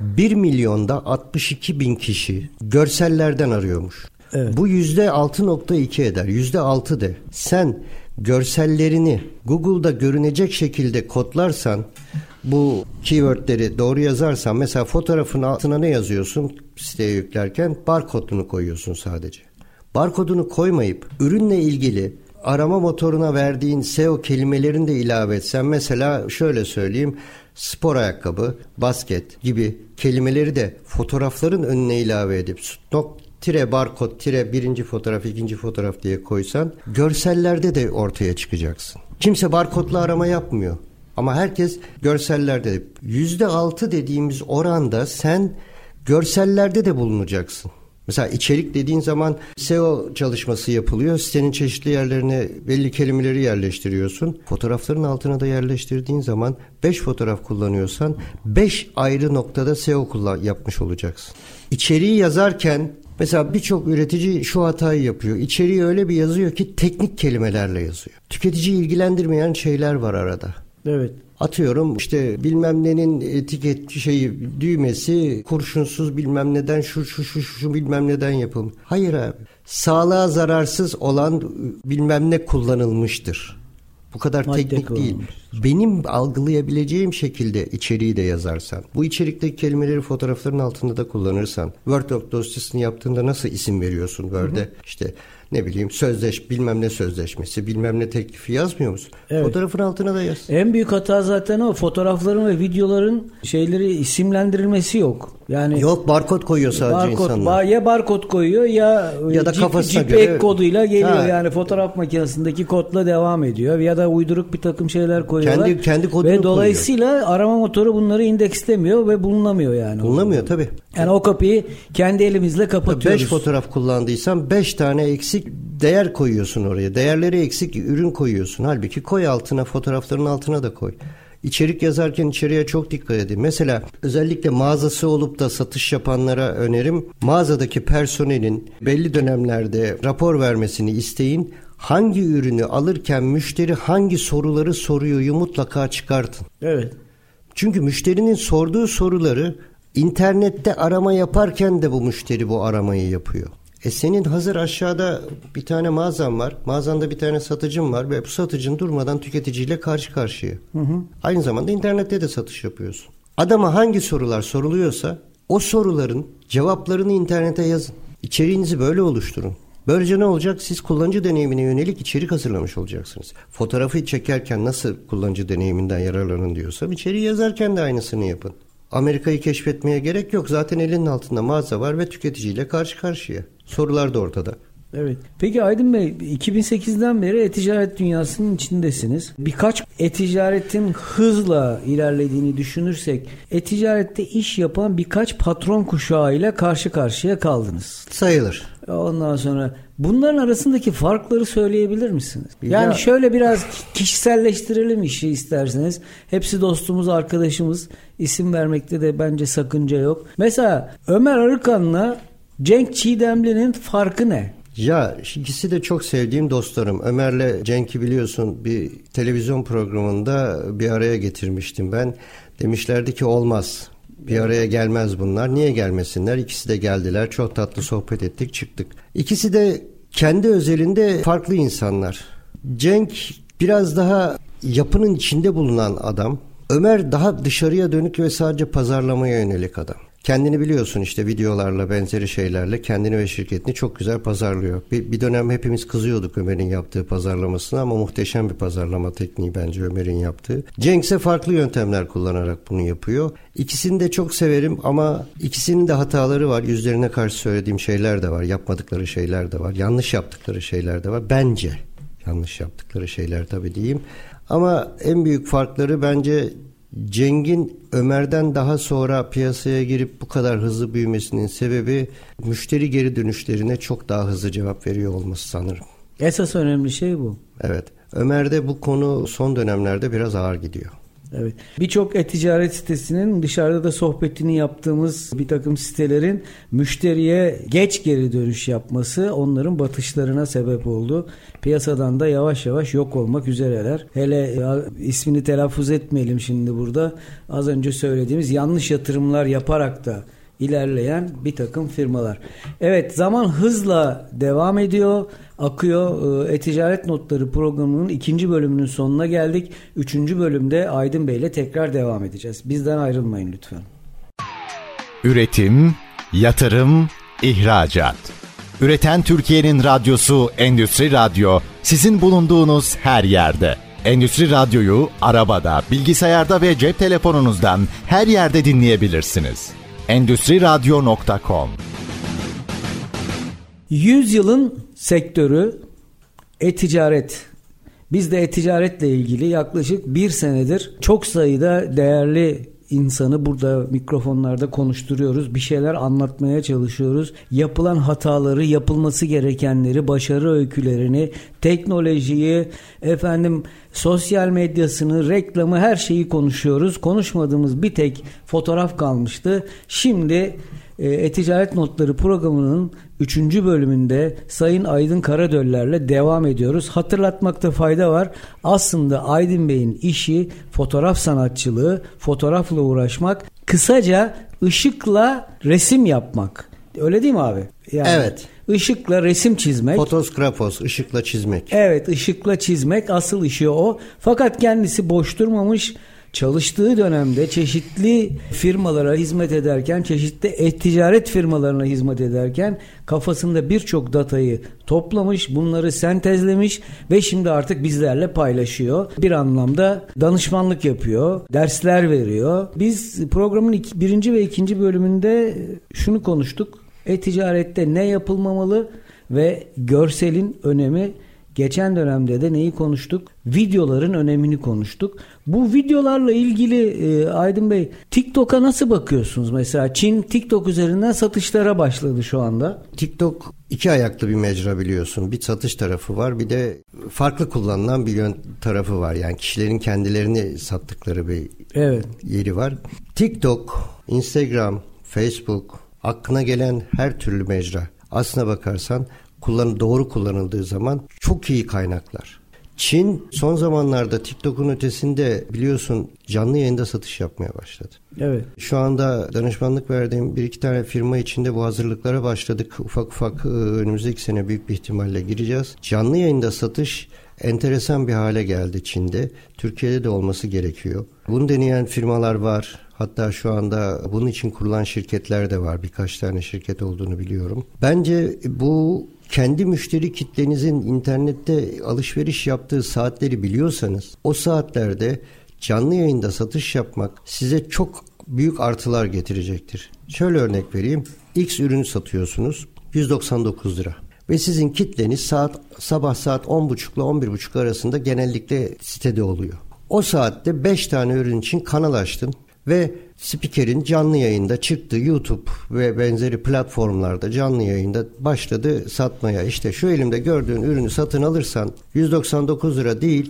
1.062.000 kişi görsellerden arıyormuş. Evet. Bu %6.2 eder. %6 de. Sen görsellerini Google'da görünecek şekilde kodlarsan, bu keywordleri doğru yazarsan, mesela fotoğrafın altına ne yazıyorsun siteye yüklerken? Barkodunu koyuyorsun sadece. Barkodunu koymayıp ürünle ilgili arama motoruna verdiğin SEO kelimelerini de ilave etsen, mesela şöyle söyleyeyim, spor ayakkabı, basket gibi kelimeleri de fotoğrafların önüne ilave edip barkod birinci fotoğraf, ikinci fotoğraf diye koysan, görsellerde de ortaya çıkacaksın. Kimse barkodla arama yapmıyor. Ama herkes görsellerde. %6 dediğimiz oranda sen görsellerde de bulunacaksın. Mesela içerik dediğin zaman SEO çalışması yapılıyor. Sitenin çeşitli yerlerine belli kelimeleri yerleştiriyorsun. Fotoğrafların altına da yerleştirdiğin zaman 5 fotoğraf kullanıyorsan 5 ayrı noktada SEO yapmış olacaksın. İçeriği yazarken mesela birçok üretici şu hatayı yapıyor. İçeriği öyle bir yazıyor ki teknik kelimelerle yazıyor. Tüketiciyi ilgilendirmeyen şeyler var arada. Evet. Atıyorum işte bilmem nenin etiket düğmesi kurşunsuz bilmem neden şu bilmem neden yapılmış. Hayır abi. Sağlığa zararsız olan bilmem ne kullanılmıştır. Bu kadar Madde teknik değil. Benim algılayabileceğim şekilde içeriği de yazarsan, bu içerikteki kelimeleri fotoğrafların altında da kullanırsan, Word dosyasını yaptığında nasıl isim veriyorsun Word'e? İşte ne bileyim bilmem ne sözleşmesi, bilmem ne teklifi yazmıyor musun? Evet. Fotoğrafın altına da yaz. En büyük hata zaten o. Fotoğrafların ve videoların isimlendirilmesi yok. Yani yok, barkod koyuyor sadece insanlar. Ya barkod koyuyor ya da kafasına göre koduyla geliyor. Yani fotoğraf makinesindeki kodla devam ediyor ya da uyduruk bir takım şeyler koyuyorlar. Kendi kodunu ve dolayısıyla arama motoru bunları indekslemiyor ve bulunamıyor yani. Bulunamıyor tabii. Yani o kapıyı kendi elimizle kapatıyoruz. 5 fotoğraf kullandıysan 5 tane eksik değer koyuyorsun oraya. Değerleri eksik ürün koyuyorsun. Halbuki koy altına, fotoğrafların altına da koy. İçerik yazarken içeriğe çok dikkat edin. Mesela özellikle mağazası olup da satış yapanlara önerim, mağazadaki personelin belli dönemlerde rapor vermesini isteyin. Hangi ürünü alırken müşteri hangi soruları soruyoryu mutlaka çıkartın. Evet. Çünkü müşterinin sorduğu soruları internette arama yaparken de bu müşteri bu aramayı yapıyor. Senin hazır aşağıda bir tane mağazan var. Mağazanda bir tane satıcın var ve bu satıcın durmadan tüketiciyle karşı karşıya. Aynı zamanda internette de satış yapıyorsun. Adama hangi sorular soruluyorsa o soruların cevaplarını internete yazın. İçeriğinizi böyle oluşturun. Böylece ne olacak? Siz kullanıcı deneyimine yönelik içerik hazırlamış olacaksınız. Fotoğrafı çekerken nasıl kullanıcı deneyiminden yararlanın diyorsam içeriği yazarken de aynısını yapın. Amerika'yı keşfetmeye gerek yok. Zaten elinin altında mağaza var ve tüketiciyle karşı karşıya. Sorular da ortada. Evet. Peki Aydın Bey, 2008'den beri e-ticaret dünyasının içindesiniz. Birkaç e-ticaretin hızla ilerlediğini düşünürsek, e-ticarette iş yapan birkaç patron kuşağıyla karşı karşıya kaldınız. Sayılır. Ondan sonra bunların arasındaki farkları söyleyebilir misiniz? Yani şöyle biraz kişiselleştirelim işi isterseniz. Hepsi dostumuz, arkadaşımız. İsim vermekte de bence sakınca yok. Mesela Ömer Arıkan'la Cenk Çiğdemli'nin farkı ne? Ya ikisi de çok sevdiğim dostlarım. Ömer'le Cenk'i biliyorsun bir televizyon programında bir araya getirmiştim ben. Demişlerdi ki olmaz. Bir araya gelmez bunlar. Niye gelmesinler? İkisi de geldiler. Çok tatlı sohbet ettik, çıktık. İkisi de kendi özelinde farklı insanlar. Cenk biraz daha yapının içinde bulunan adam. Ömer daha dışarıya dönük ve sadece pazarlamaya yönelik adam. Kendini biliyorsun işte videolarla benzeri şeylerle kendini ve şirketini çok güzel pazarlıyor. Bir dönem hepimiz kızıyorduk Ömer'in yaptığı pazarlamasına ama muhteşem bir pazarlama tekniği bence Ömer'in yaptığı. Cenk ise farklı yöntemler kullanarak bunu yapıyor. İkisini de çok severim ama ikisinin de hataları var. Yüzlerine karşı söylediğim şeyler de var. Yapmadıkları şeyler de var. Yanlış yaptıkları şeyler de var. Bence yanlış yaptıkları şeyler tabii diyeyim. Ama en büyük farkları bence Cenk'in Ömer'den daha sonra piyasaya girip bu kadar hızlı büyümesinin sebebi müşteri geri dönüşlerine çok daha hızlı cevap veriyor olması sanırım. Esas önemli şey bu. Evet. Ömer'de bu konu son dönemlerde biraz ağır gidiyor. Evet. Birçok e-ticaret sitesinin dışarıda da sohbetini yaptığımız bir takım sitelerin müşteriye geç geri dönüş yapması onların batışlarına sebep oldu. Piyasadan da yavaş yavaş yok olmak üzereler. Hele ismini telaffuz etmeyelim şimdi burada. Az önce söylediğimiz yanlış yatırımlar yaparak da ilerleyen bir takım firmalar. Evet, zaman hızla devam ediyor, akıyor. E-Ticaret Notları programının 2. bölümünün sonuna geldik. 3. bölümde Aydın Bey ile tekrar devam edeceğiz. Bizden ayrılmayın lütfen. Üretim, yatırım, ihracat. Üreten Türkiye'nin radyosu Endüstri Radyo, sizin bulunduğunuz her yerde. Endüstri Radyo'yu arabada, bilgisayarda ve cep telefonunuzdan her yerde dinleyebilirsiniz. Endüstriradyo.com 100 yılın sektörü e-ticaret. Biz de e-ticaretle ilgili yaklaşık bir senedir çok sayıda değerli insanı burada mikrofonlarda konuşturuyoruz. Bir şeyler anlatmaya çalışıyoruz. Yapılan hataları, yapılması gerekenleri, başarı öykülerini, teknolojiyi, sosyal medyasını, reklamı, her şeyi konuşuyoruz. Konuşmadığımız bir tek fotoğraf kalmıştı. Şimdi E-Ticaret Notları programının 3. bölümünde Sayın Aydın Karadöller'le devam ediyoruz. Hatırlatmakta fayda var. Aslında Aydın Bey'in işi fotoğraf sanatçılığı, fotoğrafla uğraşmak, kısaca ışıkla resim yapmak. Öyle değil mi abi? Yani evet. Işıkla resim çizmek. Fotoskrafos, ışıkla çizmek. Evet, ışıkla çizmek asıl işi o. Fakat kendisi boş durmamış. çalıştığı dönemde çeşitli firmalara hizmet ederken, çeşitli e-ticaret firmalarına hizmet ederken kafasında birçok datayı toplamış, bunları sentezlemiş ve şimdi artık bizlerle paylaşıyor. Bir anlamda danışmanlık yapıyor, dersler veriyor. Biz programın 1. ve 2. bölümünde şunu konuştuk. E-ticarette ne yapılmamalı ve görselin önemi. Geçen dönemde de neyi konuştuk? Videoların önemini konuştuk. Bu videolarla ilgili Aydın Bey, TikTok'a nasıl bakıyorsunuz? Mesela Çin TikTok üzerinden satışlara başladı şu anda. TikTok iki ayaklı bir mecra biliyorsun. Bir satış tarafı var, bir de farklı kullanılan bir tarafı var. Yani kişilerin kendilerini sattıkları bir yeri var. TikTok, Instagram, Facebook, aklına gelen her türlü mecra. Aslına bakarsan doğru kullanıldığı zaman çok iyi kaynaklar. Çin son zamanlarda TikTok'un ötesinde biliyorsun canlı yayında satış yapmaya başladı. Evet. Şu anda danışmanlık verdiğim bir iki tane firma içinde bu hazırlıklara başladık. Ufak ufak önümüzdeki sene büyük bir ihtimalle gireceğiz. Canlı yayında satış enteresan bir hale geldi Çin'de. Türkiye'de de olması gerekiyor. Bunu deneyen firmalar var. Hatta şu anda bunun için kurulan şirketler de var. Birkaç tane şirket olduğunu biliyorum. Bence bu kendi müşteri kitlenizin internette alışveriş yaptığı saatleri biliyorsanız o saatlerde canlı yayında satış yapmak size çok büyük artılar getirecektir. Şöyle örnek vereyim. X ürünü satıyorsunuz 199 lira. Ve sizin kitleniz sabah saat 10.30 ile 11.30 arasında genellikle sitede oluyor. O saatte 5 tane ürün için kanal açtın ve spikerin canlı yayında çıktı, YouTube ve benzeri platformlarda canlı yayında başladı satmaya. İşte şu elimde gördüğün ürünü satın alırsan 199 lira değil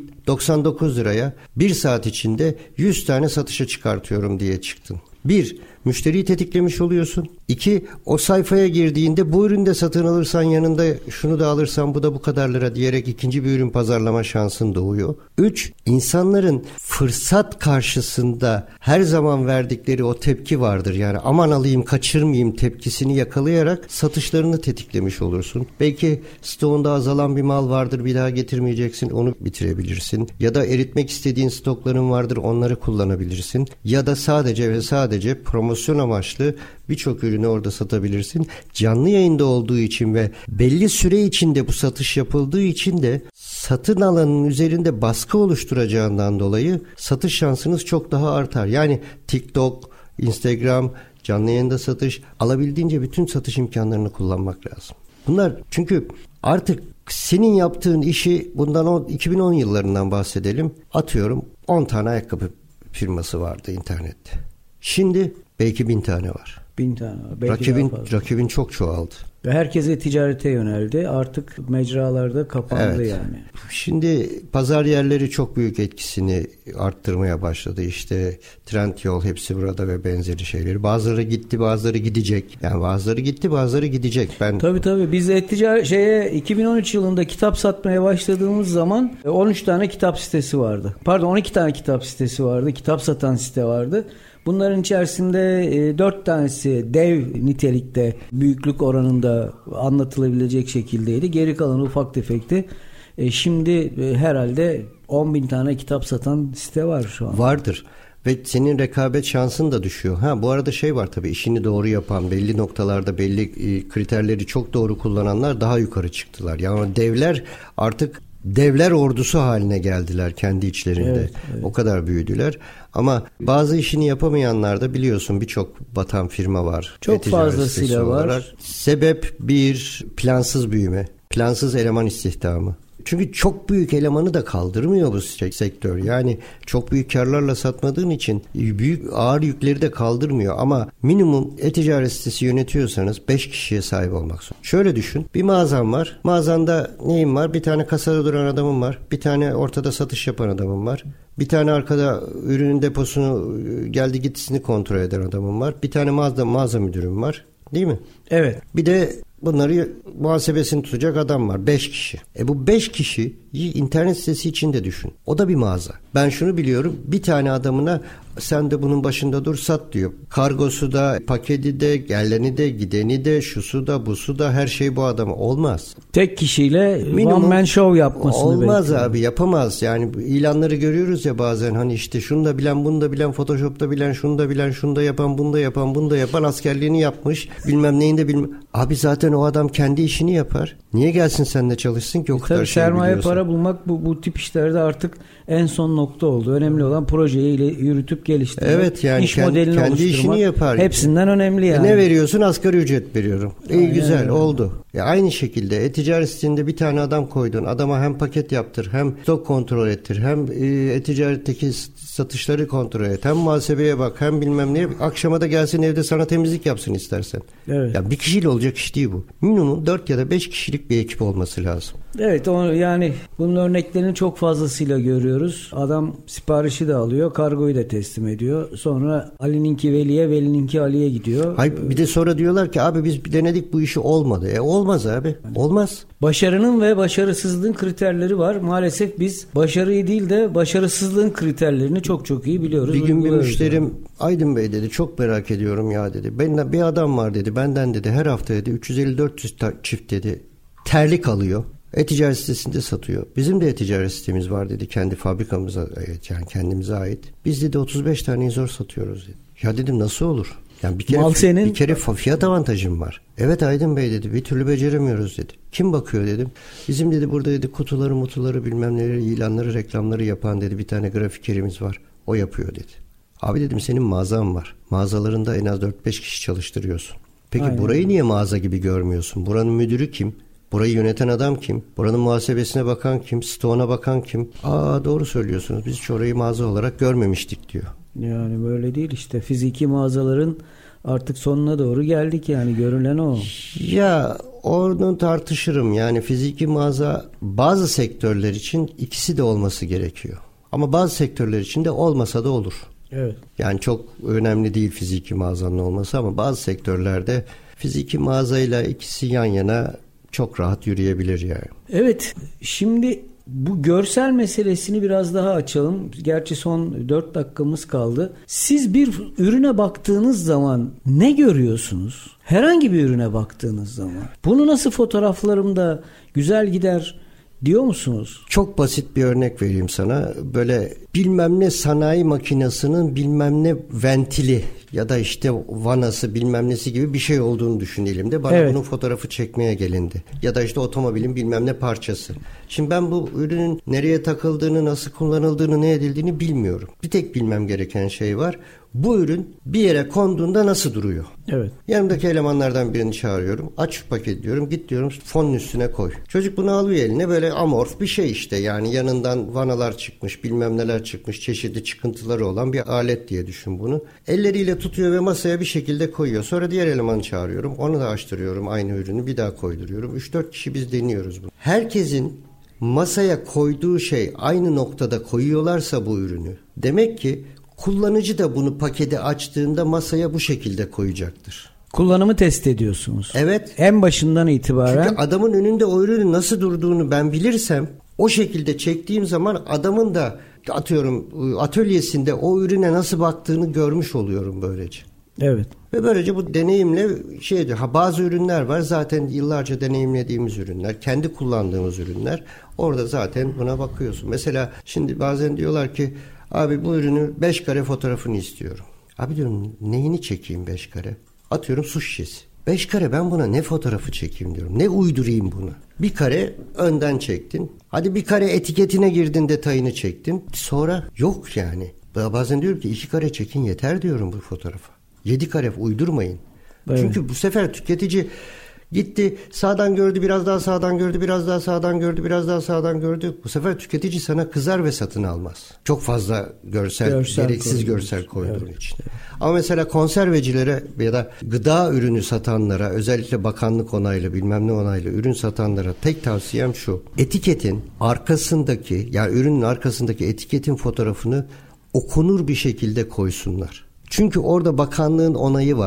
99 liraya 1 saat içinde 100 tane satışa çıkartıyorum diye çıktın. 1. Müşteriyi tetiklemiş oluyorsun. 2. O sayfaya girdiğinde bu ürünü de satın alırsan yanında şunu da alırsan bu da bu kadar lira diyerek ikinci bir ürün pazarlama şansın doğuyor. 3. İnsanların fırsat karşısında her zaman verdikleri o tepki vardır. Yani aman alayım kaçırmayayım tepkisini yakalayarak satışlarını tetiklemiş olursun. Belki stoğunda azalan bir mal vardır, bir daha getirmeyeceksin, onu bitirebilirsin. Ya da eritmek istediğin stokların vardır, onları kullanabilirsin. Ya da sadece ve sadece promosyon amaçlı birçok ürünü orada satabilirsin. Canlı yayında olduğu için ve belli süre içinde bu satış yapıldığı için de satın alanın üzerinde baskı oluşturacağından dolayı satış şansınız çok daha artar. Yani TikTok, Instagram, canlı yayında satış, alabildiğince bütün satış imkanlarını kullanmak lazım. Bunlar çünkü artık senin yaptığın işi bundan 2010 yıllarından bahsedelim. Atıyorum 10 tane ayakkabı firması vardı internette. Şimdi belki 1000 tane var. 1000 tane var. Belki rakibin çok çoğaldı. Ve herkese ticarete yöneldi. Artık mecralarda kapandı evet. yani. Şimdi pazar yerleri çok büyük etkisini arttırmaya başladı. İşte Trendyol hepsi burada ve benzeri şeyleri. Bazıları gitti, bazıları gidecek. Yani bazıları gitti, bazıları gidecek. Tabii biz 2013 yılında kitap satmaya başladığımız zaman 13 tane kitap sitesi vardı. Pardon 12 tane kitap sitesi vardı. Kitap satan site vardı. Bunların içerisinde 4 tanesi dev nitelikte, büyüklük oranında anlatılabilecek şekildeydi. Geri kalanı ufak tefekti. Şimdi herhalde 10.000 tane kitap satan site var şu an. Vardır. Ve senin rekabet şansın da düşüyor. Bu arada var tabii, işini doğru yapan, belli noktalarda belli kriterleri çok doğru kullananlar daha yukarı çıktılar. Yani devler artık devler ordusu haline geldiler kendi içlerinde. Evet. O kadar büyüdüler. Ama bazı işini yapamayanlar da biliyorsun birçok batan firma var. Çok fazlasıyla var. Sebep bir plansız büyüme, plansız eleman istihdamı. Çünkü çok büyük elemanı da kaldırmıyor bu sektör. Yani çok büyük karlarla satmadığın için büyük ağır yükleri de kaldırmıyor. Ama minimum e-ticaret sitesi yönetiyorsanız 5 kişiye sahip olmak zorunda. Şöyle düşün. Bir mağazan var. Mağazanda neyin var? Bir tane kasada duran adamın var. Bir tane ortada satış yapan adamın var. Bir tane arkada ürünün deposunu geldi gittisini kontrol eden adamın var. Bir tane mağaza müdürün var. Değil mi? Evet. Bir de Bunları muhasebesini tutacak adam var. 5 kişi. Bu 5 kişiyi internet sitesi içinde düşün. O da bir mağaza. Ben şunu biliyorum. Bir tane adamına sen de bunun başında dur sat diyor. Kargosu da, paketi de, geleni de, gideni de, şusu da, busu da, her şey bu adama. Olmaz. Tek kişiyle minimum, one man show yapmasını olmaz bekliyorum. abi, yapamaz. Yani ilanları görüyoruz ya bazen, hani işte şunu da bilen, bunu da bilen, Photoshop'ta bilen, şunu da bilen, şunu da yapan, bunu da yapan, bunu da yapan, askerliğini yapmış, bilmem neyinde bilmem. Abi zaten o adam kendi işini yapar. Niye gelsin seninle çalışsın ki o kadar şey biliyorsa? Sermaye para bulmak bu tip işlerde artık en son nokta oldu. Önemli olan projeyi yürütüp geliştirmek. Evet, yani iş modelini kendi işini yapar. Hepsinden önemli yani. Ne veriyorsun? Asgari ücret veriyorum. İyi, güzel oldu. Aynı şekilde e-ticaret sitesinde bir tane adam koydun. Adama hem paket yaptır, hem stok kontrol ettir, hem e-ticaretteki satışları kontrol et, hem muhasebeye bak, hem bilmem ne. Akşama da gelsin evde sana temizlik yapsın istersen. Evet. Ya bir kişiyle olacak iş değil bu. Minimum 4 ya da 5 kişilik bir ekip olması lazım. Evet, yani bunun örneklerini çok fazlasıyla görüyoruz. Adam siparişi de alıyor, kargoyu da teslim ediyor. Sonra Ali'ninki Veli'ye, Veli'ninki Ali'ye gidiyor. Hayır, bir de sonra diyorlar ki abi biz denedik, bu işi olmadı. Olmaz abi. Olmaz. Başarının ve başarısızlığın kriterleri var. Maalesef biz başarıyı değil de başarısızlığın kriterlerini çok iyi biliyoruz. Bir gün bir müşterim Aydın Bey dedi, çok merak ediyorum ya dedi. Benim bir adam var dedi, benden dedi her hafta dedi 350-400 çift dedi terlik alıyor. E-ticaret sitesinde satıyor. Bizim de e-ticaret sitemiz var dedi, kendi fabrikamıza, yani kendimize ait. Biz dedi 35 taneyi zor satıyoruz dedi. Ya dedim nasıl olur? Yani bir kere fiyat avantajım var. Evet Aydın Bey dedi, bir türlü beceremiyoruz dedi. Kim bakıyor dedim. Bizim dedi burada dedi kutuları bilmem neleri, ilanları, reklamları yapan dedi bir tane grafikerimiz var. O yapıyor dedi. Abi dedim senin mağazan var. Mağazalarında en az 4-5 kişi çalıştırıyorsun. Peki aynen, burayı niye mağaza gibi görmüyorsun? Buranın müdürü kim? Burayı yöneten adam kim? Buranın muhasebesine bakan kim? Stoğuna bakan kim? Doğru söylüyorsunuz. Biz hiç orayı mağaza olarak görmemiştik diyor. Yani böyle değil işte. Fiziki mağazaların artık sonuna doğru geldik yani. Görülen o. Ya onu tartışırım. Yani fiziki mağaza bazı sektörler için ikisi de olması gerekiyor. Ama bazı sektörler için de olmasa da olur. Evet. Yani çok önemli değil fiziki mağazanın olması ama bazı sektörlerde fiziki mağazayla ikisi yan yana çok rahat yürüyebilir yani. Evet. Şimdi bu görsel meselesini biraz daha açalım. Gerçi son 4 dakikamız kaldı. Siz bir ürüne baktığınız zaman ne görüyorsunuz? Herhangi bir ürüne baktığınız zaman. Bunu nasıl fotoğraflarımda güzel gider diyor musunuz? Çok basit bir örnek vereyim sana. Böyle bilmem ne sanayi makinesinin bilmem ne ventili ya da işte vanası bilmem nesi gibi bir şey olduğunu düşünelim de bana bunun fotoğrafı çekmeye gelindi. Ya da işte otomobilin bilmem ne parçası. Şimdi ben bu ürünün nereye takıldığını, nasıl kullanıldığını, ne edildiğini bilmiyorum. Bir tek bilmem gereken şey var. Bu ürün bir yere konduğunda nasıl duruyor? Evet. Yanımdaki elemanlardan birini çağırıyorum. Aç şu paket diyorum. Git diyorum fonun üstüne koy. Çocuk bunu alıyor eline, böyle amorf bir şey işte. Yani yanından vanalar çıkmış, bilmem neler çıkmış, çeşitli çıkıntıları olan bir alet diye düşün bunu. Elleriyle tutuyor ve masaya bir şekilde koyuyor. Sonra diğer elemanı çağırıyorum. Onu da açtırıyorum, aynı ürünü bir daha koyduruyorum. 3-4 kişi biz deniyoruz bunu. Herkesin masaya koyduğu şey aynı noktada koyuyorlarsa bu ürünü, demek ki kullanıcı da bunu paketi açtığında masaya bu şekilde koyacaktır. Kullanımı test ediyorsunuz. Evet. En başından itibaren. Çünkü adamın önünde o ürünün nasıl durduğunu ben bilirsem, o şekilde çektiğim zaman adamın da atıyorum atölyesinde o ürüne nasıl baktığını görmüş oluyorum böylece. Evet. Ve böylece bu deneyimle bazı ürünler var zaten yıllarca deneyimlediğimiz ürünler, kendi kullandığımız ürünler. Orada zaten buna bakıyorsun. Mesela şimdi bazen diyorlar ki abi bu ürünü 5 kare fotoğrafını istiyorum. Abi diyorum neyini çekeyim 5 kare? Atıyorum su şişesi. 5 kare ben buna ne fotoğrafı çekeyim diyorum. Ne uydurayım bunu? Bir kare önden çektin. Hadi bir kare etiketine girdin, detayını çektin. Sonra yok yani. Bazen diyorum ki 2 kare çekin yeter diyorum bu fotoğrafa. 7 kare uydurmayın. Evet. Çünkü bu sefer tüketici gitti sağdan gördü, biraz daha sağdan gördü, biraz daha sağdan gördü, biraz daha sağdan gördü. Bu sefer tüketici sana kızar ve satın almaz. Çok fazla gereksiz görsel koyduğun için. Evet. Ama mesela konservecilere ya da gıda ürünü satanlara, özellikle bakanlık onaylı bilmem ne onaylı ürün satanlara tek tavsiyem şu. Etiketin arkasındaki, yani ürünün arkasındaki etiketin fotoğrafını okunur bir şekilde koysunlar. Çünkü orada bakanlığın onayı var.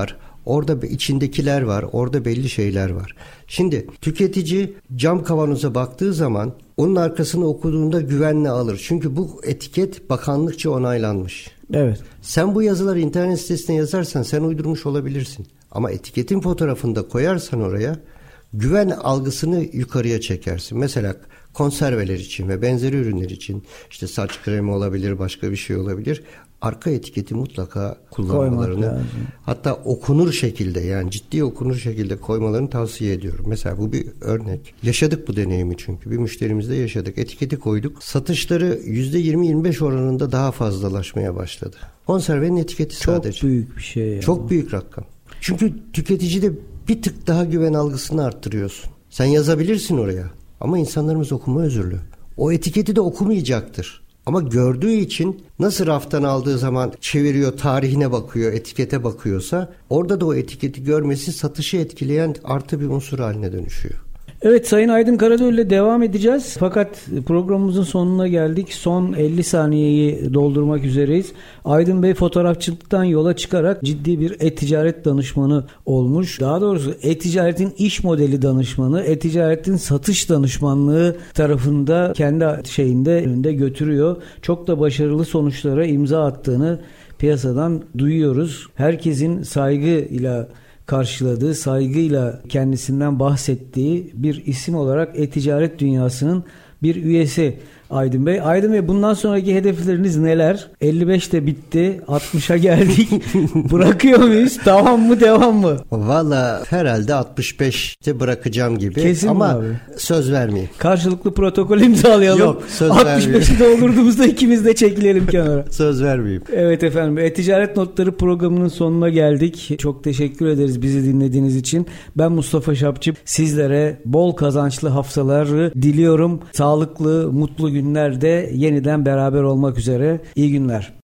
Orada içindekiler var, orada belli şeyler var. Şimdi tüketici cam kavanoza baktığı zaman onun arkasını okuduğunda güvenle alır. Çünkü bu etiket bakanlıkça onaylanmış. Evet. Sen bu yazıları internet sitesine yazarsan sen uydurmuş olabilirsin. Ama etiketin fotoğrafını da koyarsan oraya güven algısını yukarıya çekersin. Mesela konserveler için ve benzeri ürünler için işte saç kremi olabilir, başka bir şey olabilir. Arka etiketi mutlaka kullanmalarını, hatta okunur şekilde, yani ciddi okunur şekilde koymalarını tavsiye ediyorum. Mesela bu bir örnek. Yaşadık bu deneyimi çünkü. Bir müşterimizde yaşadık. Etiketi koyduk. Satışları %20-25 oranında daha fazlalaşmaya başladı. Konservenin etiketi sadece. Çok büyük bir şey ya. Çok büyük rakam. Çünkü tüketicide bir tık daha güven algısını arttırıyorsun. Sen yazabilirsin oraya ama insanlarımız okuma özürlü. O etiketi de okumayacaktır. Ama gördüğü için nasıl raftan aldığı zaman çeviriyor, tarihine bakıyor, etikete bakıyorsa orada da o etiketi görmesi satışı etkileyen artı bir unsur haline dönüşüyor. Evet, Sayın Aydın Karadöl ile devam edeceğiz. Fakat programımızın sonuna geldik. Son 50 saniyeyi doldurmak üzereyiz. Aydın Bey fotoğrafçılıktan yola çıkarak ciddi bir e-ticaret danışmanı olmuş. Daha doğrusu e-ticaretin iş modeli danışmanı, e-ticaretin satış danışmanlığı tarafında kendi önünde götürüyor. Çok da başarılı sonuçlara imza attığını piyasadan duyuyoruz. Herkesin saygıyla karşıladığı, saygıyla kendisinden bahsettiği bir isim olarak e-ticaret dünyasının bir üyesi Aydın Bey. Aydın Bey, bundan sonraki hedefleriniz neler? 55 de bitti, 60'a geldik. Bırakıyor muyuz? Tamam mı, devam mı? Valla herhalde 65'te bırakacağım gibi. Kesin ama abi? Söz vermeyeyim. Karşılıklı protokol imzalayalım. Yok, söz vermeyeyim. 65'i doldurduğumuzda ikimiz de çekilelim kenara. Söz vermeyeyim. Evet efendim, E-Ticaret Notları programının sonuna geldik. Çok teşekkür ederiz bizi dinlediğiniz için. Ben Mustafa Şapçı. Sizlere bol kazançlı haftaları diliyorum. Sağlıklı, mutlu günlerde yeniden beraber olmak üzere. İyi günler.